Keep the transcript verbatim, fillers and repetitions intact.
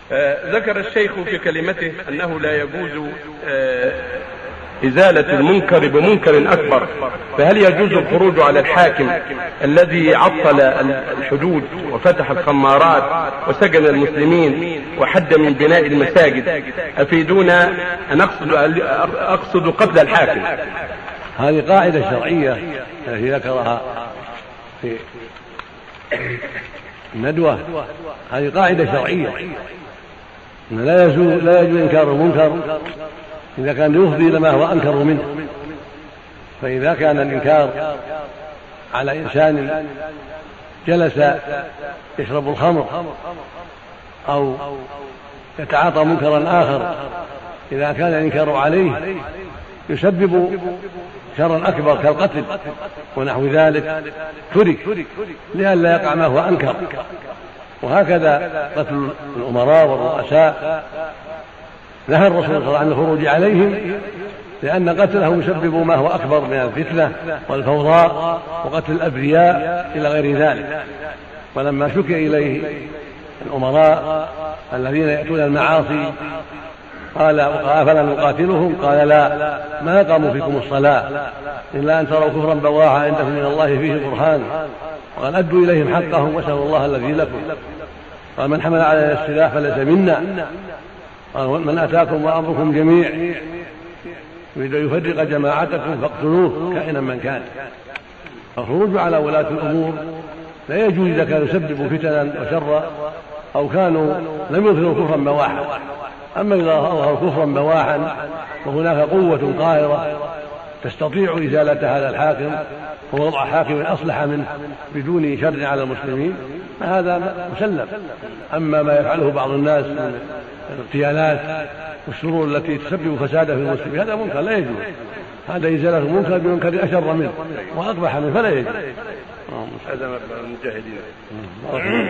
آه ذكر الشيخ في كلمته أنه لا يجوز آه إزالة المنكر بمنكر أكبر، فهل يجوز الخروج على الحاكم الذي عطل الحدود وفتح الخمارات وسجن المسلمين وحد من بناء المساجد؟ أفيدونا، أن أقصد, أقصد قتل الحاكم. هذه قاعدة شرعية التي ذكرها في الندوة، هذه قاعدة شرعية إن لا يجوز لا يجوز إنكار المنكر إذا كان يفضي إلى ما هو أنكر منه. فإذا كان الإنكار على إنسان جلس يشرب الخمر أو يتعاطى منكرا آخر، إذا كان الإنكار عليه يسبب شرا أكبر كالقتل ونحو ذلك ترك لئلا يقع ما هو أنكر. وهكذا قتل الأمراء والرؤساء نهى الرسول صلى الله عليه وسلم عن الخروج عليهم، لأن قتلهم يسبب ما هو أكبر من الفتنة والفوضى وقتل الأبرياء إلى غير ذلك. ولما شكي إليه الأمراء الذين يأتون المعاصي قال أفلا نقاتلهم؟ قال لا، ما قاموا فيكم الصلاة إلا أن تروا كفرا بواحا عندكم من الله فيه برهان، وقال أدوا إليهم حقهم واسألوا الله الذي لكم. قال من حمل على السلاح فليس منا. قال من أتاكم وأمركم جميع يريد أن يفرق جماعتكم فاقتلوه كائنا من كان. الخروج على ولاة الأمور لا يجوز إذا كانوا يسببوا فتنا وشرا أو كانوا لم يظهروا كفرا بواحا. أما إذا أظهروا كفرا بواحا وهناك قوة قاهرة تستطيع إزالة هذا الحاكم ووضع حاكم أصلح منه بدون شر على المسلمين فهذا مسلم. أما ما يفعله بعض الناس من الاغتيالات والشرور التي تسبب فسادا في المسلمين هذا منكر لا يجوز. هذا إزالة المنكر بمنكر أشر منه وأقبح منه فلا يجوز. هذا المجاهدين.